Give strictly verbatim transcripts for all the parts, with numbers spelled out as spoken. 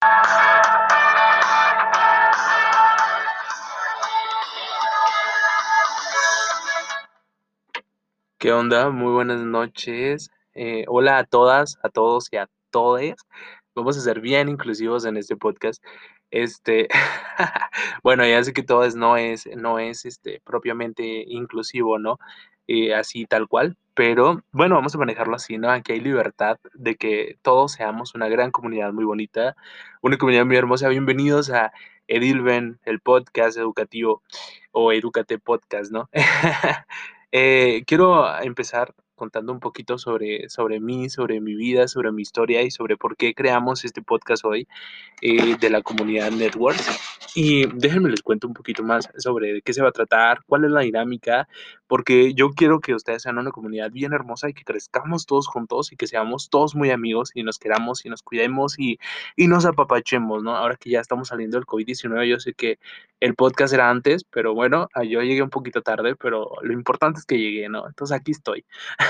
¿Qué onda? Muy buenas noches. Eh, hola a todas, a todos y a todes. Vamos a ser bien inclusivos en este podcast. Este, bueno, ya sé que todas no es, no es este, propiamente inclusivo, ¿no? Eh, así tal cual, pero bueno, vamos a manejarlo así, ¿no? Aquí hay libertad de que todos seamos una gran comunidad muy bonita, una comunidad muy hermosa. Bienvenidos a Edilven, el podcast educativo o Educate Podcast, ¿no? Eh, quiero empezar contando un poquito sobre, sobre mí, sobre mi vida, sobre mi historia y sobre por qué creamos este podcast hoy eh, de la comunidad Networks. Y déjenme les cuento un poquito más sobre de qué se va a tratar, cuál es la dinámica, porque yo quiero que ustedes sean una comunidad bien hermosa y que crezcamos todos juntos y que seamos todos muy amigos y nos queramos y nos cuidemos y, y nos apapachemos, ¿no? Ahora que ya estamos saliendo del covid diecinueve, yo sé que el podcast era antes, pero bueno, yo llegué un poquito tarde, pero lo importante es que llegué, ¿no? Entonces aquí estoy.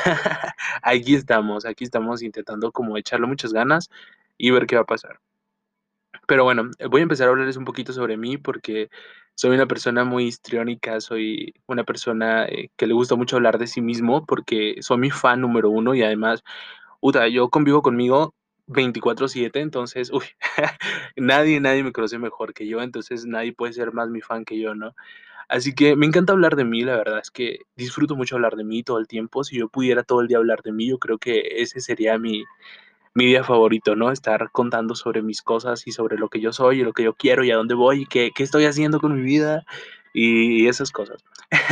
Aquí estamos, aquí estamos intentando como echarle muchas ganas y ver qué va a pasar. Pero bueno, voy a empezar a hablarles un poquito sobre mí porque soy una persona muy histriónica, soy una persona eh, que le gusta mucho hablar de sí mismo porque soy mi fan número uno y además, puta, yo convivo conmigo veinticuatro siete, entonces, uy, nadie, nadie me conoce mejor que yo, entonces nadie puede ser más mi fan que yo, ¿no? Así que me encanta hablar de mí, la verdad es que disfruto mucho hablar de mí todo el tiempo. Si yo pudiera todo el día hablar de mí, yo creo que ese sería mi, mi día favorito, ¿no? Estar contando sobre mis cosas y sobre lo que yo soy y lo que yo quiero y a dónde voy y qué, qué estoy haciendo con mi vida y esas cosas.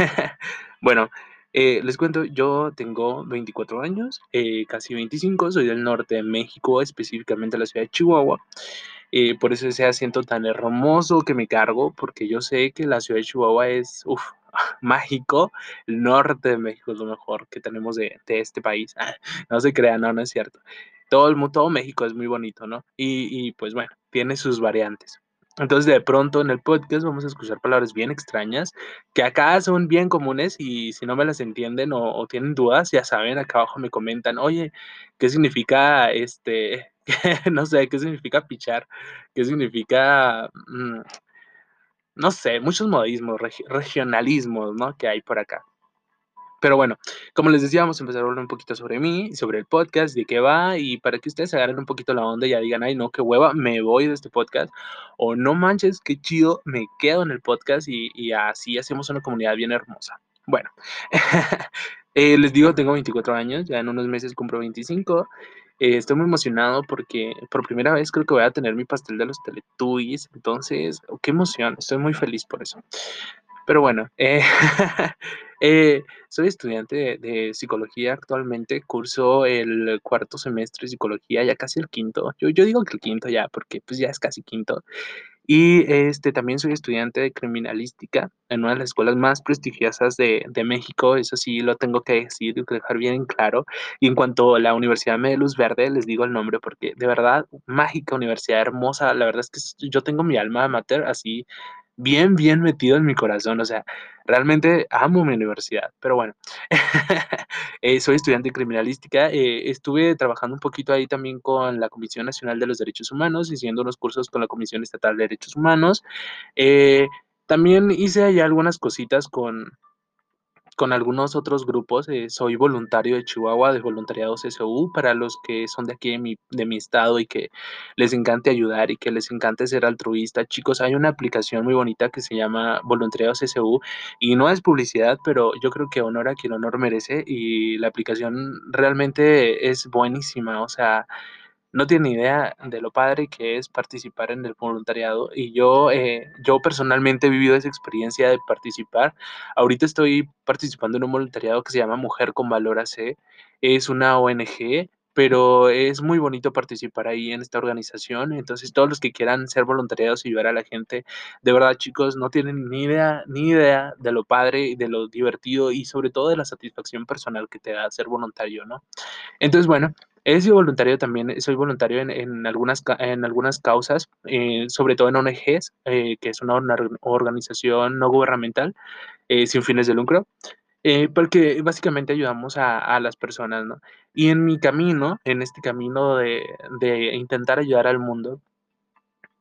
Bueno, eh, les cuento, yo tengo veinticuatro años, eh, casi veinticinco, soy del norte de México, específicamente de la ciudad de Chihuahua. Eh, por eso ese acento tan hermoso que me cargo, porque yo sé que la ciudad de Chihuahua es, uf, mágico. El norte de México es lo mejor que tenemos de, de este país. No se crean, no, no es cierto. Todo, el, mu- todo México es muy bonito, ¿no? Y, y pues bueno, tiene sus variantes. Entonces, de pronto en el podcast vamos a escuchar palabras bien extrañas que acá son bien comunes y si no me las entienden o, o tienen dudas, ya saben, acá abajo me comentan, oye, ¿qué significa este? No sé, ¿qué significa pichar? ¿Qué significa, mm, no sé, muchos modismos, regi- regionalismos, ¿no? Que hay por acá. Pero bueno, como les decía, vamos a empezar a hablar un poquito sobre mí, sobre el podcast, de qué va, y para que ustedes agarren un poquito la onda y ya digan, ay, no, qué hueva, me voy de este podcast, o no manches, qué chido, me quedo en el podcast y, y así hacemos una comunidad bien hermosa. Bueno, eh, les digo, tengo veinticuatro años, ya en unos meses cumplo veinticinco. Eh, estoy muy emocionado porque por primera vez creo que voy a tener mi pastel de los Teletubbies, entonces, oh, qué emoción, estoy muy feliz por eso. Pero bueno, eh, eh, soy estudiante de, de psicología actualmente, curso el cuarto semestre de psicología, ya casi el quinto. Yo, yo digo que el quinto ya, porque pues ya es casi quinto. Y este, también soy estudiante de criminalística en una de las escuelas más prestigiosas de, de México, eso sí lo tengo que decir y dejar bien en claro. Y en cuanto a la Universidad me dé luz verde, les digo el nombre porque de verdad, mágica universidad, hermosa, la verdad es que yo tengo mi alma mater así bien, bien metido en mi corazón, o sea, realmente amo mi universidad, pero bueno, eh, soy estudiante de criminalística, eh, estuve trabajando un poquito ahí también con la Comisión Nacional de los Derechos Humanos, haciendo unos cursos con la Comisión Estatal de Derechos Humanos, eh, también hice allá algunas cositas con, con algunos otros grupos. Eh, soy voluntario de Chihuahua, de Voluntariado C S U, para los que son de aquí de mi, de mi estado y que les encante ayudar y que les encante ser altruista. Chicos, hay una aplicación muy bonita que se llama Voluntariado C S U y no es publicidad, pero yo creo que honor a quien honor merece y la aplicación realmente es buenísima. O sea, no tiene idea de lo padre que es participar en el voluntariado y yo, eh, yo personalmente he vivido esa experiencia de participar. Ahorita estoy participando en un voluntariado que se llama Mujer con Valor A C. Es una O N G, pero es muy bonito participar ahí en esta organización. Entonces, todos los que quieran ser voluntariados y ayudar a la gente, de verdad, chicos, no tienen ni idea, ni idea de lo padre y de lo divertido y sobre todo de la satisfacción personal que te da ser voluntario, ¿no? Entonces, bueno, he sido voluntario también, soy voluntario en, en algunas, ca- en algunas causas, eh, sobre todo en O N Gs, eh, que es una orna- organización no gubernamental eh, sin fines de lucro, eh, porque básicamente ayudamos a, a las personas, ¿no? Y en mi camino, en este camino de, de intentar ayudar al mundo,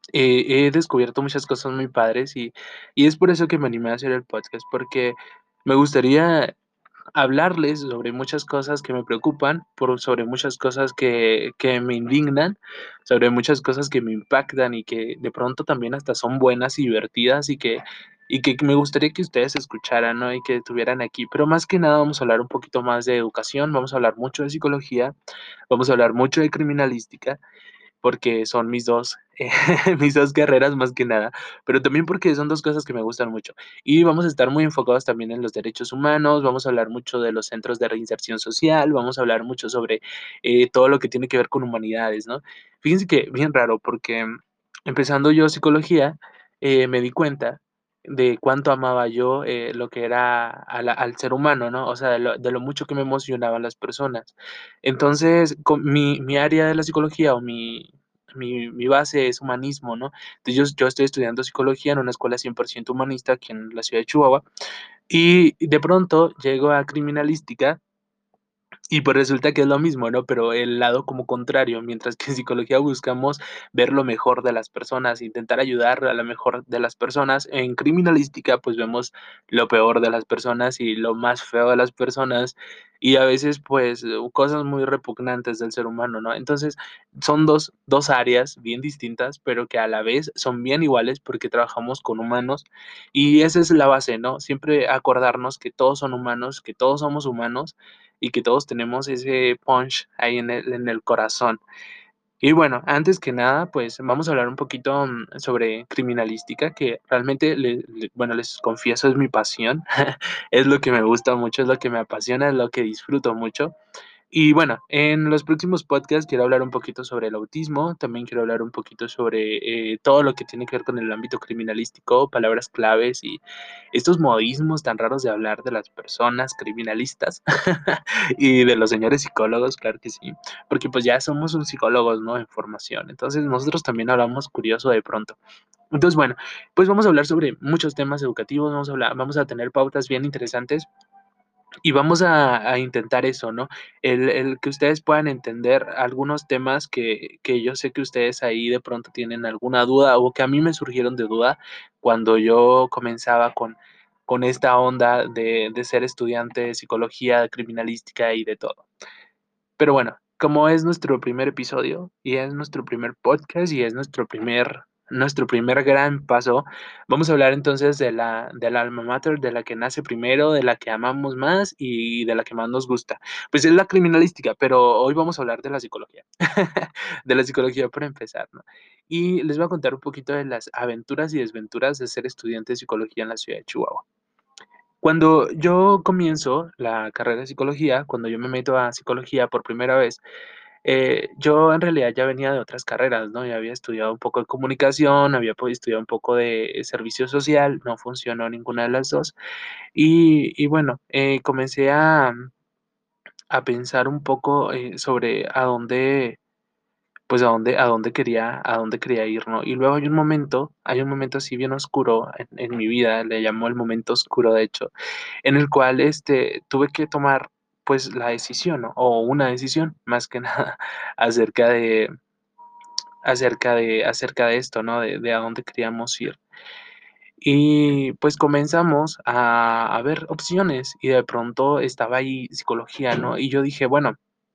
Eh, he descubierto muchas cosas muy padres y y es por eso que me animé a hacer el podcast, porque me gustaría hablarles sobre muchas cosas que me preocupan, por sobre muchas cosas que que me indignan, sobre muchas cosas que me impactan y que de pronto también hasta son buenas y divertidas y que y que me gustaría que ustedes escucharan, ¿no? Y que estuvieran aquí. Pero más que nada vamos a hablar un poquito más de educación, vamos a hablar mucho de psicología, vamos a hablar mucho de criminalística porque son mis dos, eh, mis dos carreras más que nada, pero también porque son dos cosas que me gustan mucho. Y vamos a estar muy enfocados también en los derechos humanos, vamos a hablar mucho de los centros de reinserción social, vamos a hablar mucho sobre, eh, todo lo que tiene que ver con humanidades, ¿no? Fíjense que bien raro, porque mm, empezando yo psicología, eh, me di cuenta de cuánto amaba yo, eh, lo que era a la al ser humano, ¿no? O sea, de lo de lo mucho que me emocionaban las personas. Entonces, con mi mi área de la psicología o mi mi mi base es humanismo, ¿no? Entonces, yo yo estoy estudiando psicología en una escuela cien por ciento humanista aquí en la ciudad de Chihuahua, y de pronto llego a criminalística y pues resulta que es lo mismo, ¿no? Pero el lado como contrario, mientras que en psicología buscamos ver lo mejor de las personas, intentar ayudar a lo mejor de las personas, en criminalística pues vemos lo peor de las personas y lo más feo de las personas y a veces pues eh, cosas muy repugnantes del ser humano, ¿no? Entonces son dos, dos áreas bien distintas, pero que a la vez son bien iguales porque trabajamos con humanos y esa es la base, ¿no? Siempre acordarnos que todos son humanos, que todos somos humanos y que todos tenemos ese punch ahí en el en el corazón. Y bueno, antes que nada, pues vamos a hablar un poquito, mm, sobre criminalística, que realmente le le bueno, les confieso, es mi pasión, es lo que me gusta mucho, es lo que me apasiona, es lo que disfruto mucho. Y bueno, en los próximos podcasts quiero hablar un poquito sobre el autismo, también quiero hablar un poquito sobre, eh, todo lo que tiene que ver con el ámbito criminalístico, palabras claves y estos modismos tan raros de hablar de las personas criminalistas y de los señores psicólogos, claro que sí, porque pues ya somos un psicólogos, ¿no? En formación. Entonces nosotros también hablamos curioso de pronto. Entonces, bueno, pues vamos a hablar sobre muchos temas educativos, vamos a hablar, vamos a tener pautas bien interesantes y vamos a a intentar eso, ¿no? El el que ustedes puedan entender algunos temas que que yo sé que ustedes ahí de pronto tienen alguna duda, o que a mí me surgieron de duda cuando yo comenzaba con con esta onda de de ser estudiante de psicología, criminalística y de todo. Pero bueno, como es nuestro primer episodio, y es nuestro primer podcast, y es nuestro primer nuestro primer gran paso, vamos a hablar entonces de la del alma mater, de la que nace primero, de la que amamos más y de la que más nos gusta. Pues es la criminalística, pero hoy vamos a hablar de la psicología. De la psicología para empezar, ¿no? Y les voy a contar un poquito de las aventuras y desventuras de ser estudiante de psicología en la ciudad de Chihuahua. Cuando yo comienzo la carrera de psicología, cuando yo me meto a psicología por primera vez, eh, yo en realidad ya venía de otras carreras, ¿no? Ya había estudiado un poco de comunicación, había podido estudiar un poco de servicio social, no funcionó ninguna de las dos. Y, y bueno, eh, comencé a, a pensar un poco eh, sobre a dónde, pues a dónde, a dónde quería, a dónde quería ir, ¿no? Y luego hay un momento, hay un momento así bien oscuro en, en mi vida, le llamo el momento oscuro, de hecho, en el cual, este, tuve que tomar, pues, la decisión, ¿no? O una decisión, más que nada, acerca de acerca de acerca de esto, ¿no? De de a dónde queríamos ir. Y, pues, comenzamos a a ver opciones, y de pronto estaba ahí psicología, ¿no? Y yo dije: "Bueno,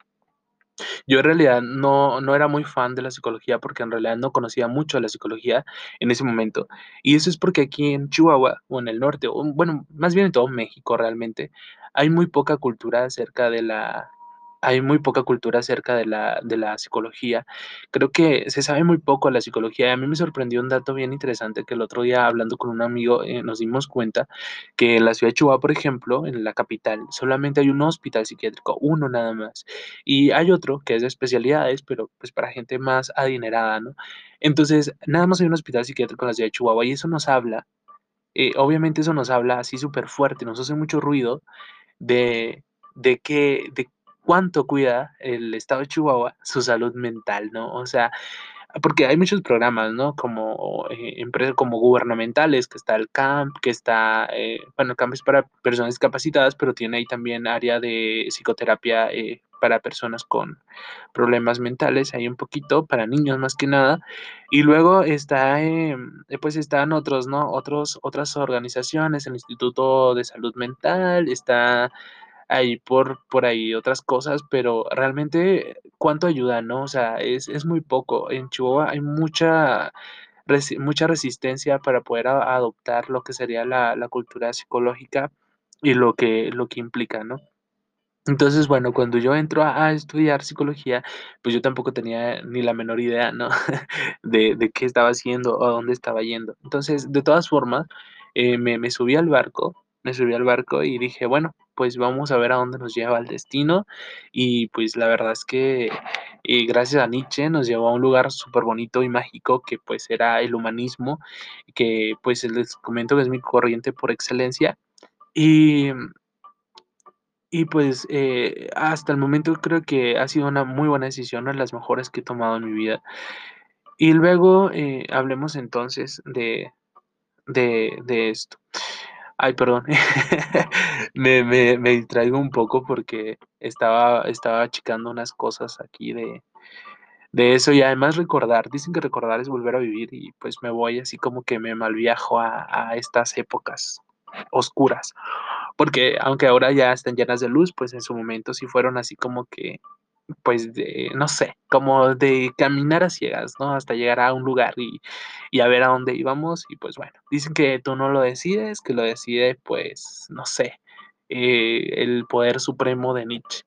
yo en realidad no no era muy fan de la psicología, porque en realidad no conocía mucho de la psicología en ese momento. Y eso es porque aquí en Chihuahua, o en el norte, o bueno, más bien en todo México realmente, hay muy poca cultura acerca de la hay muy poca cultura acerca de la de la psicología. Creo que se sabe muy poco de la psicología, y a mí me sorprendió un dato bien interesante que el otro día hablando con un amigo, eh, nos dimos cuenta que en la ciudad de Chihuahua, por ejemplo, en la capital, solamente hay un hospital psiquiátrico, uno nada más. Y hay otro que es de especialidades, pero, pues, para gente más adinerada, ¿no? Entonces, nada más hay un hospital psiquiátrico en la ciudad de Chihuahua, y eso nos habla, eh, obviamente eso nos habla así súper fuerte, nos hace mucho ruido de de que de cuánto cuida el estado de Chihuahua su salud mental, ¿no? O sea, porque hay muchos programas, ¿no? Como, eh, empresas como gubernamentales, que está el CAMP, que está, eh, bueno, el CAMP es para personas discapacitadas, pero tiene ahí también área de psicoterapia, eh, para personas con problemas mentales, hay un poquito, para niños más que nada. Y luego está, em, eh, pues están otros, ¿no? Otros otras organizaciones, el Instituto de Salud Mental, está ahí por por ahí otras cosas, pero realmente, ¿cuánto ayuda, no? O sea, es es muy poco. En Chihuahua hay mucha resi mucha resistencia para poder a adoptar lo que sería la la cultura psicológica y lo que lo que implica, ¿no? Entonces, bueno, cuando yo entro a a estudiar psicología, pues yo tampoco tenía ni la menor idea, ¿no? De de qué estaba haciendo o a dónde estaba yendo. Entonces, de todas formas, eh, me me subí al barco, me subí al barco y dije: "Bueno, pues vamos a ver a dónde nos lleva el destino". Y, pues, la verdad es que, eh, gracias a Nietzsche nos llevó a un lugar superbonito y mágico que, pues, era el humanismo, que, pues, les comento que es mi corriente por excelencia. Y y pues, eh, hasta el momento creo que ha sido una muy buena decisión, una de las mejores que he tomado en mi vida. Y luego, eh, hablemos entonces de de de esto. Ay, perdón. Me me me distraigo un poco porque estaba estaba checando unas cosas aquí de de eso y además recordar, dicen que recordar es volver a vivir y, pues, me voy así como que me malviajo a a estas épocas oscuras. Porque aunque ahora ya están llenas de luz, pues en su momento sí fueron así como que, pues, de, no sé, como de caminar a ciegas, ¿no? Hasta llegar a un lugar y y a ver a dónde íbamos y, pues, bueno, dicen que tú no lo decides, que lo decide, pues, no sé, eh, el poder supremo de Nietzsche,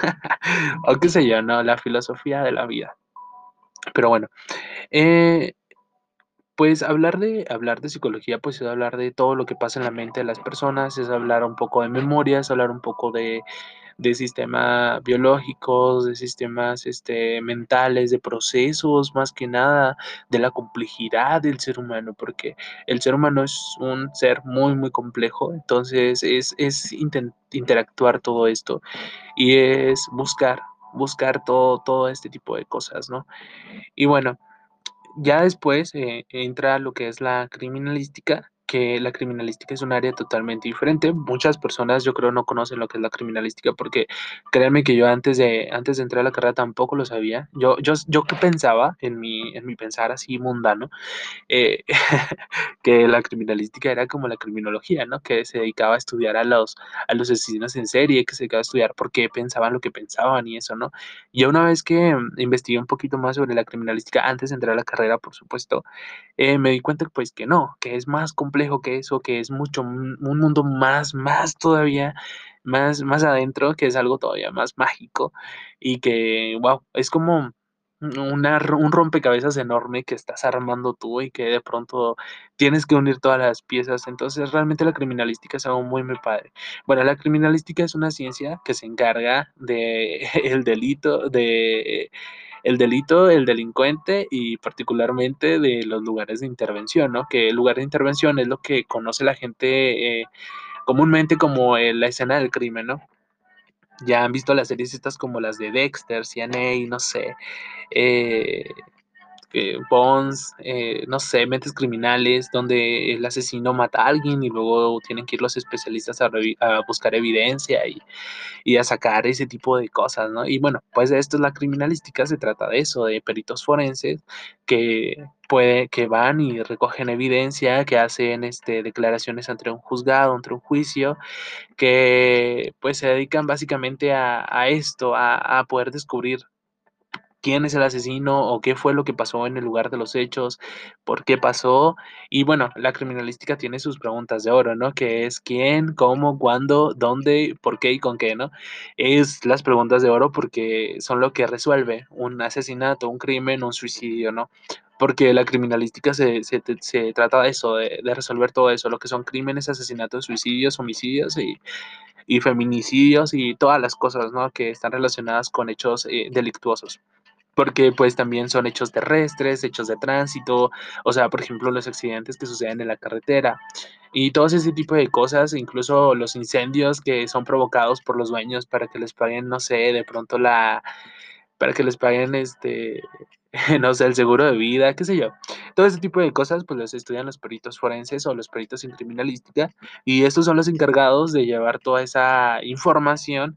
o qué sé yo, ¿no? La filosofía de la vida. Pero bueno, eh, pues hablar de hablar de psicología, pues es hablar de todo lo que pasa en la mente de las personas, es hablar un poco de memoria, es hablar un poco de de sistema biológicos, de sistemas, este, mentales, de procesos, más que nada, de la complejidad del ser humano, porque el ser humano es un ser muy, muy complejo, entonces es es inten interactuar todo esto y es buscar buscar todo todo este tipo de cosas, ¿no? Y bueno, ya después, eh, entra lo que es la criminalística, que la criminalística es un área totalmente diferente. Muchas personas, yo creo, no conocen lo que es la criminalística, porque créanme que yo antes de antes de entrar a la carrera tampoco lo sabía. Yo yo yo qué pensaba en mi en mi pensar así mundano, eh, que la criminalística era como la criminología, ¿no? Que se dedicaba a estudiar a los a los asesinos en serie, que se dedicaba a estudiar por qué pensaban lo que pensaban y eso, ¿no? Y ya una vez que mm, investigué un poquito más sobre la criminalística, antes de entrar a la carrera, por supuesto, eh, me di cuenta, pues, que no, que es más complejo que eso, que es mucho un un mundo más más todavía, más más adentro, que es algo todavía más mágico y que, guau, es como una ro un rompecabezas enorme que estás armando tú y que de pronto tienes que unir todas las piezas. Entonces, realmente la criminalística es algo muy, muy padre. Bueno, la criminalística es una ciencia que se encarga de el delito de el delito, el delincuente y particularmente de los lugares de intervención, ¿no? Que el lugar de intervención es lo que conoce la gente, eh, comúnmente como, eh, la escena del crimen, ¿no? Ya han visto las series estas como las de Dexter, C N A, no sé, eh, que Bones, eh, no sé, Mentes Criminales, donde el asesino mata a alguien y luego tienen que ir los especialistas a revi a buscar evidencia y y a sacar ese tipo de cosas, ¿no? Y bueno, pues esto es la criminalística, se trata de eso, de peritos forenses que puede que van y recogen evidencia, que hacen, este, declaraciones ante un juzgado, ante un juicio, que, pues, se dedican básicamente a a esto, a a poder descubrir quién es el asesino o qué fue lo que pasó en el lugar de los hechos, por qué pasó. Y bueno, la criminalística tiene sus preguntas de oro, ¿no? Que es quién, cómo, cuándo, dónde, por qué y con qué, ¿no? Es las preguntas de oro porque son lo que resuelve un asesinato, un crimen, un suicidio, ¿no? Porque la criminalística se, se, te- se trata de eso, de, de resolver todo eso, lo que son crímenes, asesinatos, suicidios, homicidios y, y feminicidios y todas las cosas, ¿no? Que están relacionadas con hechos eh, delictuosos. Porque, pues, también son hechos terrestres, hechos de tránsito, o sea, por ejemplo, los accidentes que suceden en la carretera y todos ese tipo de cosas, incluso los incendios que son provocados por los dueños para que les paguen, no sé, de pronto la para que les paguen, este, no sé, el seguro de vida, qué sé yo. Todo ese tipo de cosas, pues, las estudian los peritos forenses o los peritos en criminalística, y estos son los encargados de llevar toda esa información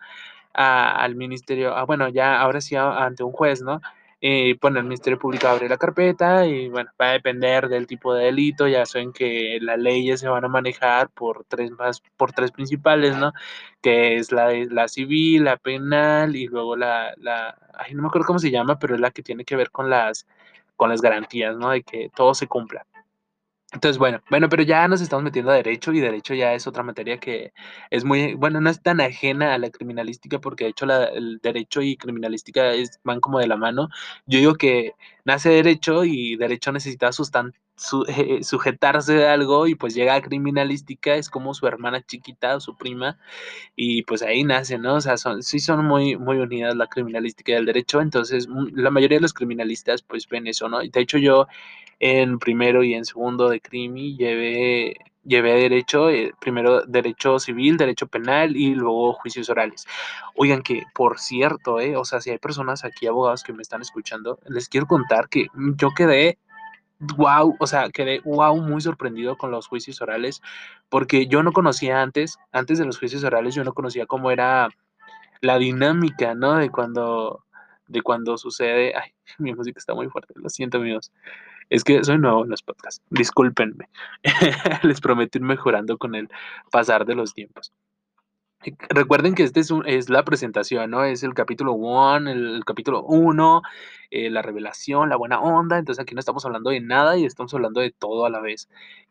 a al ministerio, ah, bueno, ya ahora sí a ante un juez, ¿no? Eh, bueno, el Ministerio Público abre la carpeta y, bueno, va a depender del tipo de delito, ya saben que las leyes se van a manejar por tres más por tres principales, ¿no? Que es la de la civil, la penal y luego la la ay, no me acuerdo cómo se llama, pero es la que tiene que ver con las con las garantías, ¿no? De que todo se cumpla. Entonces, bueno, bueno, pero ya nos estamos metiendo a derecho, y derecho ya es otra materia que es muy bueno, no es tan ajena a la criminalística, porque de hecho la el derecho y criminalística es van como de la mano. Yo digo que nace derecho y derecho necesita sustan su eh, sujetarse de algo y, pues, llega a criminalística, es como su hermana chiquita o su prima, y pues ahí nace, ¿no? O sea, son sí son muy muy unidas la criminalística y el derecho, entonces, mm, la mayoría de los criminalistas, pues, ven eso, ¿no? Y de hecho, yo en primero y en segundo de crimi llevé llevé derecho, eh, primero derecho civil, derecho penal y luego juicios orales. Oigan, que por cierto, eh, o sea, si hay personas aquí, abogados que me están escuchando, les quiero contar que, mm, yo quedé guau, o sea, quedé guau, muy sorprendido con los juicios orales, porque yo no conocía antes antes de los juicios orales, yo no conocía cómo era la dinámica, ¿no? De cuando de cuando sucede ay, mi música está muy fuerte, lo siento, amigos. Es que soy nuevo en los podcasts, discúlpenme. Les prometo ir mejorando con el pasar de los tiempos. Eh, recuerden que este es un es la presentación, ¿no? Es el capítulo one, el capítulo uno, eh, la revelación, la buena onda. Entonces, aquí no estamos hablando de nada y estamos hablando de todo a la vez.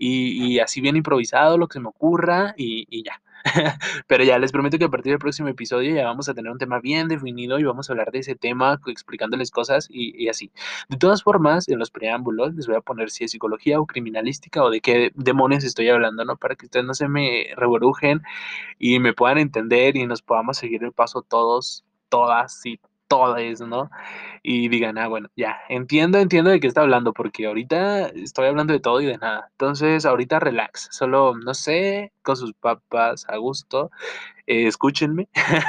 Y y así bien improvisado, lo que se me ocurra y y ya. Pero ya les prometo que a partir del próximo episodio ya vamos a tener un tema bien definido y vamos a hablar de ese tema, co explicándoles cosas y y así. De todas formas, en los preámbulos les voy a poner si es psicología o criminalística o de qué demonios estoy hablando, ¿no? Para que ustedes no se me reburujen y me puedan entender y nos podamos seguir el paso todos, todas y todes, ¿no? Y digan: "Ah, bueno, ya, entiendo, entiendo de qué está hablando", porque ahorita estoy hablando de todo y de nada. Entonces, ahorita relax, solo, no sé, con sus papas a gusto, eh, escúchenme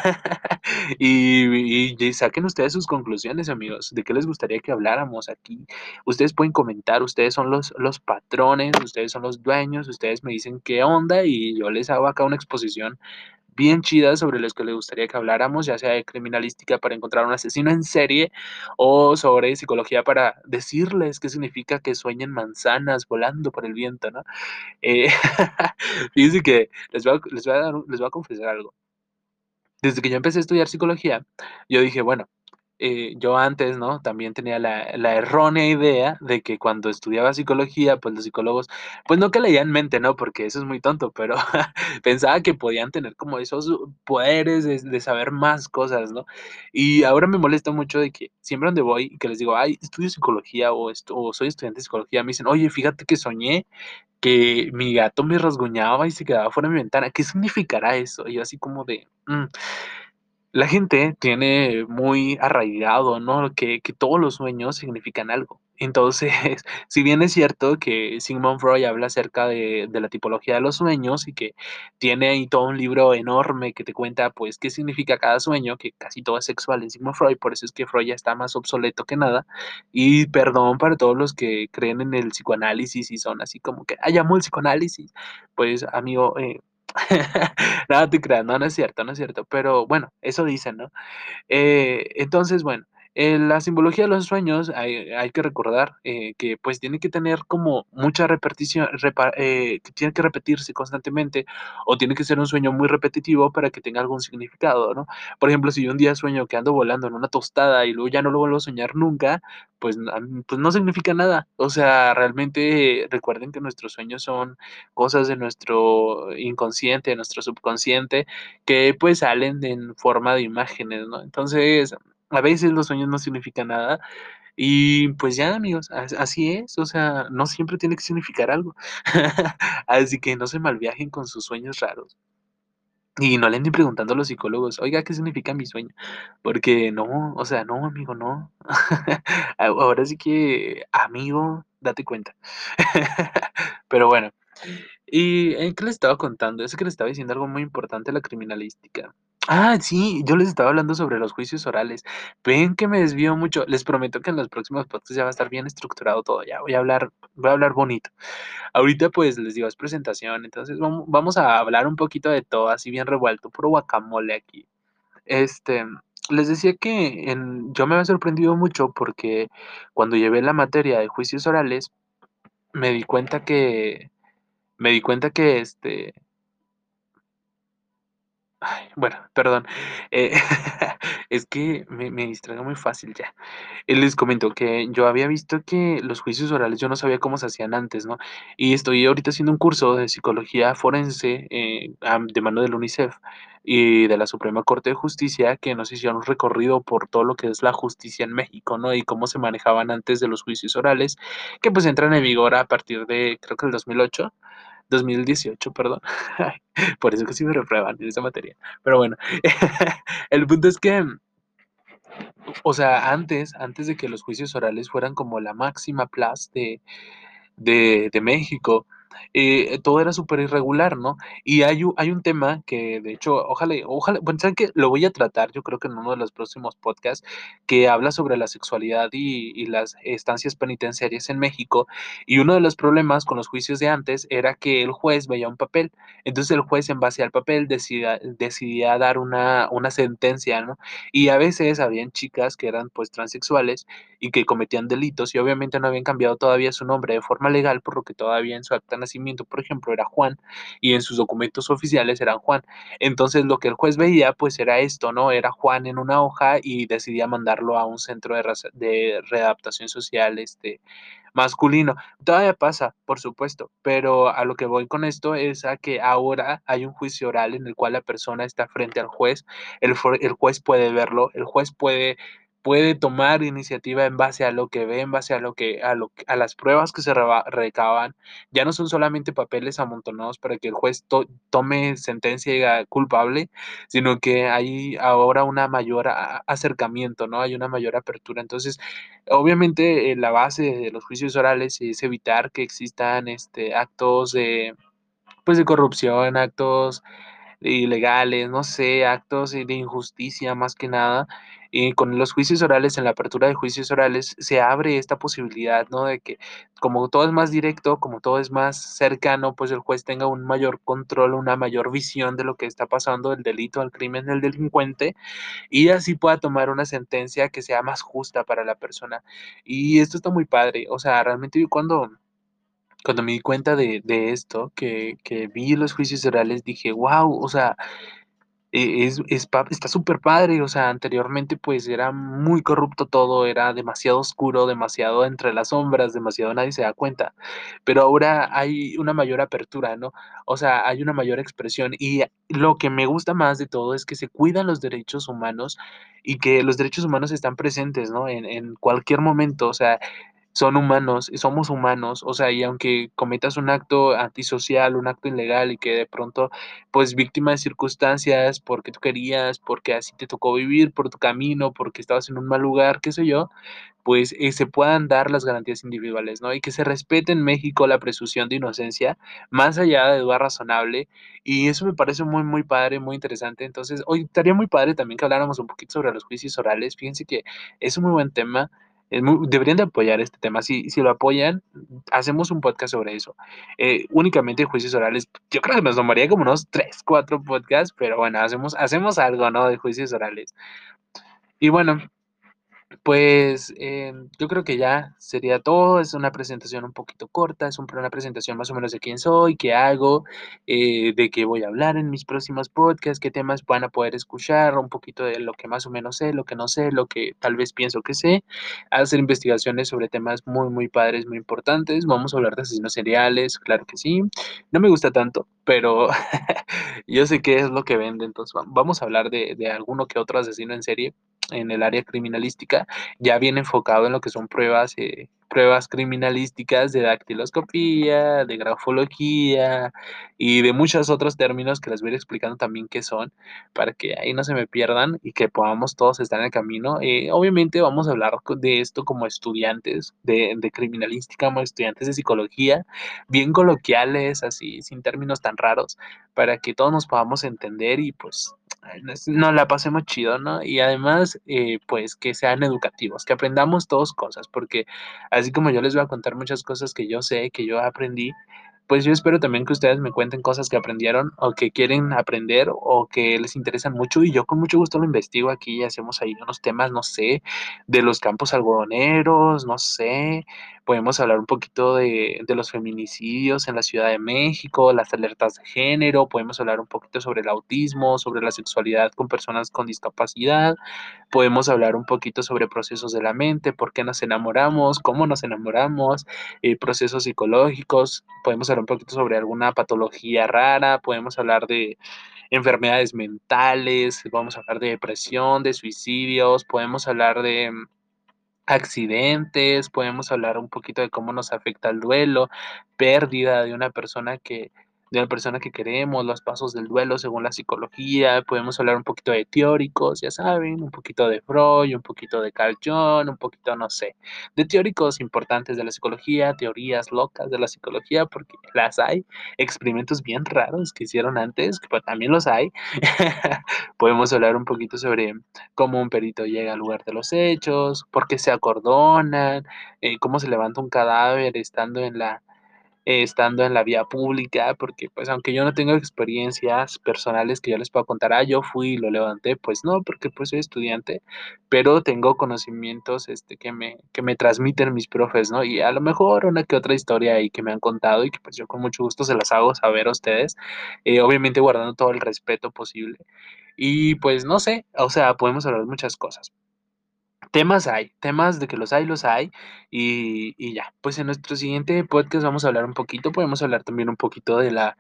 y y saquen ustedes sus conclusiones, amigos, de qué les gustaría que habláramos aquí. Ustedes pueden comentar, ustedes son los los patrones, ustedes son los dueños, ustedes me dicen qué onda y yo les hago acá una exposición bien chida sobre los que les gustaría que habláramos, ya sea de criminalística para encontrar un asesino en serie o sobre psicología para decirles qué significa que sueñen manzanas volando por el viento, ¿no? Eh, fíjense que les voy a les voy a dar un les voy a confesar algo. Desde que yo empecé a estudiar psicología, yo dije, bueno, eh, yo antes, ¿no? También tenía la la errónea idea de que cuando estudiaba psicología, pues, los psicólogos, pues, no que leían mente, ¿no? Porque eso es muy tonto, pero pensaba que podían tener como esos poderes de de saber más cosas, ¿no? Y ahora me molesta mucho de que siempre donde voy y que les digo: "Ay, estudio psicología o esto o soy estudiante de psicología", me dicen: "Oye, fíjate que soñé que mi gato me rasguñaba y se quedaba fuera de mi ventana, ¿qué significará eso?". Y yo así como de, mm, la gente tiene muy arraigado, ¿no? Que que todos los sueños significan algo. Entonces, si bien es cierto que Sigmund Freud habla acerca de de la tipología de los sueños y que tiene ahí todo un libro enorme que te cuenta, pues, qué significa cada sueño, que casi todo es sexual en Sigmund Freud, por eso es que Freud ya está más obsoleto que nada. Y perdón para todos los que creen en el psicoanálisis y son así como que: "Ay, amo el psicoanálisis". Pues, amigo, eh, no te creas, no, no es cierto, no es cierto, pero bueno, eso dicen, ¿no? Eh, entonces, bueno, en la simbología de los sueños hay hay que recordar, eh, que, pues, tiene que tener como mucha repetición repa eh, que tiene que repetirse constantemente, o tiene que ser un sueño muy repetitivo para que tenga algún significado, ¿no? Por ejemplo, si yo un día sueño que ando volando en una tostada y luego ya no lo vuelvo a soñar nunca, pues, a m pues, no significa nada. O sea, realmente recuerden que nuestros sueños son cosas de nuestro inconsciente, de nuestro subconsciente, que, pues, salen en forma de imágenes, ¿no? Entonces, a veces los sueños no significan nada y, pues, ya, amigos, as así es, o sea, no siempre tiene que significar algo. Así que no se malviajen con sus sueños raros. Y no le anden preguntando a los psicólogos: "Oiga, ¿qué significa mi sueño?". Porque no, o sea, no, amigo, no. A ahora sí que, amigo, date cuenta. Pero bueno, ¿y en qué les estaba contando? Es que les estaba diciendo algo muy importante de la criminalística. Ah, sí, yo les estaba hablando sobre los juicios orales. Ven que me desvío mucho. Les prometo que en los próximos podcasts ya va a estar bien estructurado todo. Ya voy a hablar, voy a hablar bonito. Ahorita, pues, les digo, es presentación, entonces vamo vamos a hablar un poquito de todo, así bien revuelto, puro guacamole aquí. Este, les decía que en yo me había sorprendido mucho porque cuando llevé la materia de juicios orales, me di cuenta que me di cuenta que, este, ay, bueno, perdón, eh, es que me me distraigo muy fácil ya. Y les comento que yo había visto que los juicios orales yo no sabía cómo se hacían antes, ¿no? Y estoy ahorita haciendo un curso de psicología forense, eh, am, de mano del UNICEF y de la Suprema Corte de Justicia, que nos hicieron un recorrido por todo lo que es la justicia en México, ¿no? Y cómo se manejaban antes de los juicios orales, que pues entran en vigor a partir de, creo que el dos mil ocho, dos mil dieciocho, perdón. Por eso que sí me reprueban en esa materia. Pero bueno, el punto es que o sea, antes antes de que los juicios orales fueran como la máxima place de de de México, eh, todo era súper irregular, ¿no? Y hay un hay un tema que, de hecho, ojalá y ojalá, bueno, ¿saben qué? Lo voy a tratar, yo creo que en uno de los próximos podcasts, que habla sobre la sexualidad y y las estancias penitenciarias en México. Y uno de los problemas con los juicios de antes era que el juez veía un papel. Entonces, el juez, en base al papel, decida decidía dar una una sentencia, ¿no? Y a veces habían chicas que eran, pues, transexuales y que cometían delitos, y obviamente no habían cambiado todavía su nombre de forma legal, por lo que todavía en su acta de nacimiento, por ejemplo, era Juan, y en sus documentos oficiales eran Juan. Entonces, lo que el juez veía, pues, era esto, ¿no? Era Juan en una hoja y decidía mandarlo a un centro de raza de readaptación social, este, masculino. Todavía pasa, por supuesto, pero a lo que voy con esto es a que ahora hay un juicio oral en el cual la persona está frente al juez, el fue el juez puede verlo, el juez puede puede tomar iniciativa en base a lo que ve, en base a lo que a lo que a las pruebas que se reba recaban. Ya no son solamente papeles amontonados para que el juez to tome sentencia y diga culpable, sino que hay ahora una mayor a acercamiento, ¿no? Hay una mayor apertura. Entonces, obviamente, eh, la base de los juicios orales es evitar que existan, este, actos de, pues, de corrupción, actos ilegales, no sé, actos de injusticia, más que nada. Y con los juicios orales, en la apertura de juicios orales, se abre esta posibilidad, ¿no? De que, como todo es más directo, como todo es más cercano, pues el juez tenga un mayor control, una mayor visión de lo que está pasando, el delito, el crimen del delincuente, y así pueda tomar una sentencia que sea más justa para la persona. Y esto está muy padre. O sea, realmente yo cuando cuando me di cuenta de de esto, que que vi los juicios orales, dije: "Guau", o sea, e es es pa está súper padre. O sea, anteriormente, pues, era muy corrupto todo, era demasiado oscuro, demasiado entre las sombras, demasiado nadie se da cuenta. Pero ahora hay una mayor apertura, ¿no? O sea, hay una mayor expresión, y lo que me gusta más de todo es que se cuidan los derechos humanos y que los derechos humanos están presentes, ¿no? En en cualquier momento, o sea, son humanos, somos humanos, o sea, y aunque cometas un acto antisocial, un acto ilegal y que de pronto, pues, víctima de circunstancias, porque tú querías, porque así te tocó vivir, por tu camino, porque estabas en un mal lugar, qué sé yo, pues, eh, se puedan dar las garantías individuales, ¿no? Y que se respete en México la presunción de inocencia, más allá de duda razonable, y eso me parece muy, muy padre, muy interesante. Entonces, hoy estaría muy padre también que habláramos un poquito sobre los juicios orales. Fíjense que es un muy buen tema, es muy deberían de apoyar este tema. Si si lo apoyan, hacemos un podcast sobre eso. Eh, únicamente juicios orales, yo creo que nos tomaría como unos tres cuatro podcasts, pero bueno, hacemos hacemos algo, ¿no?, de juicios orales. Y bueno, pues, em, yo creo que ya sería todo. Es una presentación un poquito corta, es un una presentación más o menos de quién soy, qué hago, eh, de qué voy a hablar en mis próximos podcasts, qué temas van a poder escuchar, un poquito de lo que más o menos sé, lo que no sé, lo que tal vez pienso que sé, hacer investigaciones sobre temas muy, muy padres, muy importantes. Vamos a hablar de asesinos seriales, claro que sí. No me gusta tanto, pero yo sé qué es lo que vende, entonces va vamos a hablar de de alguno que otro asesino en serie en el área criminalística, ya bien enfocado en lo que son pruebas, eh, pruebas criminalísticas de dactiloscopía, de grafología y de muchos otros términos que les voy a ir explicando también qué son, para que ahí no se me pierdan y que podamos todos estar en el camino. Eh, obviamente vamos a hablar co de esto como estudiantes de de criminalística, como estudiantes de psicología, bien coloquiales, así, sin términos tan raros, para que todos nos podamos entender y, pues, nos nos la pasemos chido, ¿no? Y además, eh, pues, que sean educativos, que aprendamos todos cosas, porque así como yo les voy a contar muchas cosas que yo sé, que yo aprendí, pues, yo espero también que ustedes me cuenten cosas que aprendieron, o que quieren aprender, o que les interesan mucho, y yo con mucho gusto lo investigo aquí, y hacemos ahí unos temas, no sé, de los campos algodoneros, no sé, podemos hablar un poquito de de los feminicidios en la Ciudad de México, las alertas de género, podemos hablar un poquito sobre el autismo, sobre la sexualidad con personas con discapacidad, podemos hablar un poquito sobre procesos de la mente, por qué nos enamoramos, cómo nos enamoramos, eh, procesos psicológicos, podemos hablar un poquito sobre alguna patología rara, podemos hablar de enfermedades mentales, vamos a hablar de depresión, de suicidios, podemos hablar de accidentes, podemos hablar un poquito de cómo nos afecta el duelo, pérdida de una persona que de una persona que queremos, los pasos del duelo según la psicología, podemos hablar un poquito de teóricos, ya saben, un poquito de Freud, un poquito de Carl Jung, un poquito, no sé, de teóricos importantes de la psicología, teorías locas de la psicología, porque las hay, experimentos bien raros que hicieron antes, que pues también los hay. Podemos hablar un poquito sobre cómo un perito llega al lugar de los hechos, por qué se acordonan, eh, cómo se levanta un cadáver estando en la eh, estando en la vía pública, porque, pues, aunque yo no tengo experiencias personales que yo les pueda contar, ah, yo fui y lo levanté, pues no, porque, pues, soy estudiante, pero tengo conocimientos, este, que me que me transmiten mis profes, ¿no? Y a lo mejor una que otra historia ahí que me han contado y que, pues, yo con mucho gusto se las hago saber a ustedes, eh, obviamente guardando todo el respeto posible. Y, pues, no sé, o sea, podemos hablar de muchas cosas. Temas hay, temas de que los hay, los hay, y y ya. Pues, en nuestro siguiente podcast vamos a hablar un poquito, podemos hablar también un poquito de la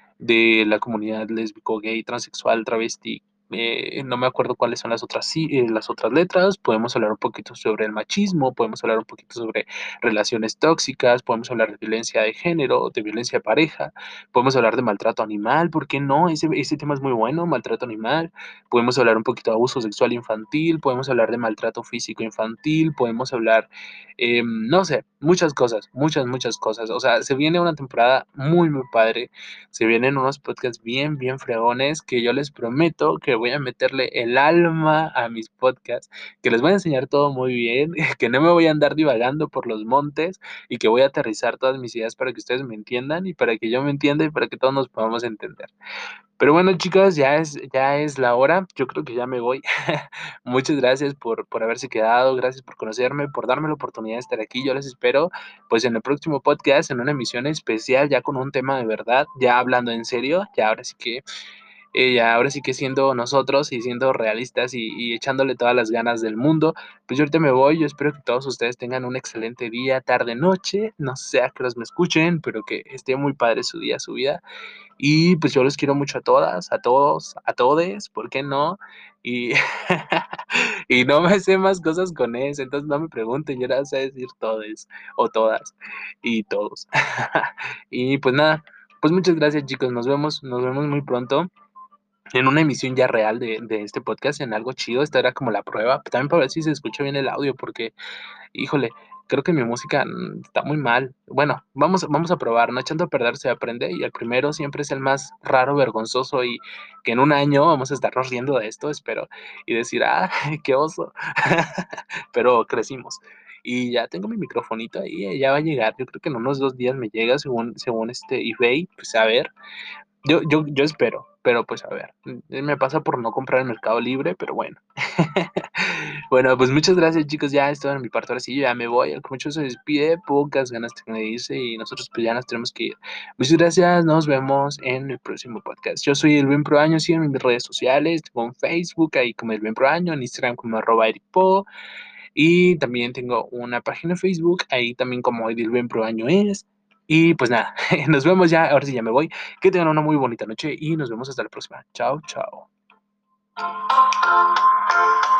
de la comunidad lésbico, gay, transexual, travesti, eh, no me acuerdo cuáles son las otras sí, eh, las otras letras. Podemos hablar un poquito sobre el machismo, podemos hablar un poquito sobre relaciones tóxicas, podemos hablar de violencia de género, de violencia de pareja, podemos hablar de maltrato animal, ¿por qué no? Ese ese tema es muy bueno, maltrato animal. Podemos hablar un poquito de abuso sexual infantil, podemos hablar de maltrato físico infantil, podemos hablar, em, no sé, muchas cosas, muchas, muchas cosas. O sea, se viene una temporada muy, muy padre, se vienen unos podcasts bien, bien fregones que yo les prometo que voy a meterle el alma a mis podcasts, que les voy a enseñar todo muy bien, que no me voy a andar divagando por los montes y que voy a aterrizar todas mis ideas para que ustedes me entiendan y para que yo me entienda y para que todos nos podamos entender. Pero bueno, chicos, ya es ya es la hora. Yo creo que ya me voy. Muchas gracias por por haberse quedado, gracias por conocerme, por darme la oportunidad de estar aquí. Yo les espero, pues, en el próximo podcast, en una emisión especial, ya con un tema de verdad, ya hablando en serio, ya ahora sí que, eh, ya ahora sí que siendo nosotros y siendo realistas y y echándole todas las ganas del mundo. Pues yo ahorita me voy, yo espero que todos ustedes tengan un excelente día, tarde, noche, no sé a qué horas me escuchen, pero que esté muy padre su día, su vida. Y, pues, yo los quiero mucho a todas, a todos, a todes, ¿por qué no? Y y no me sé más cosas con eso, entonces no me pregunten, yo nada más sé decir todes, o todas, y todos. Y, pues, nada, pues, muchas gracias, chicos, nos vemos nos vemos muy pronto en una emisión ya real de de este podcast, en algo chido. Esta era como la prueba, también para ver si se escucha bien el audio, porque híjole, creo que mi música, mm, está muy mal. Bueno, vamos vamos a probar, ¿no? Echando a perder se aprende, y el primero siempre es el más raro, vergonzoso, y que en un año vamos a estarnos riendo de esto, espero, y decir: "Ah, qué oso". Pero crecimos. Y ya tengo mi microfonito ahí, eh, ya va a llegar. Yo creo que en unos dos días me llega según según, este, eBay, pues, a ver. Yo yo yo espero, pero, pues, a ver, mm, me pasa por no comprar en Mercado Libre, pero bueno. Bueno, pues, muchas gracias, chicos, ya es todo de mi parte, ahora sí, yo ya me voy, el mucho se despide, pocas ganas tengo de irse y nosotros, pues, ya nos tenemos que ir. Muchas gracias, nos vemos en el próximo podcast. Yo soy el Buen Proaño, síganme en mis redes sociales, tengo en Facebook, ahí como el Buen Proaño, en Instagram como arroba ericpo, y también tengo una página en Facebook, ahí también como el Buen Proaño es. Y, pues, nada, nos vemos ya, ahora sí ya me voy. Que tengan una muy bonita noche y nos vemos hasta la próxima. Chao, chao.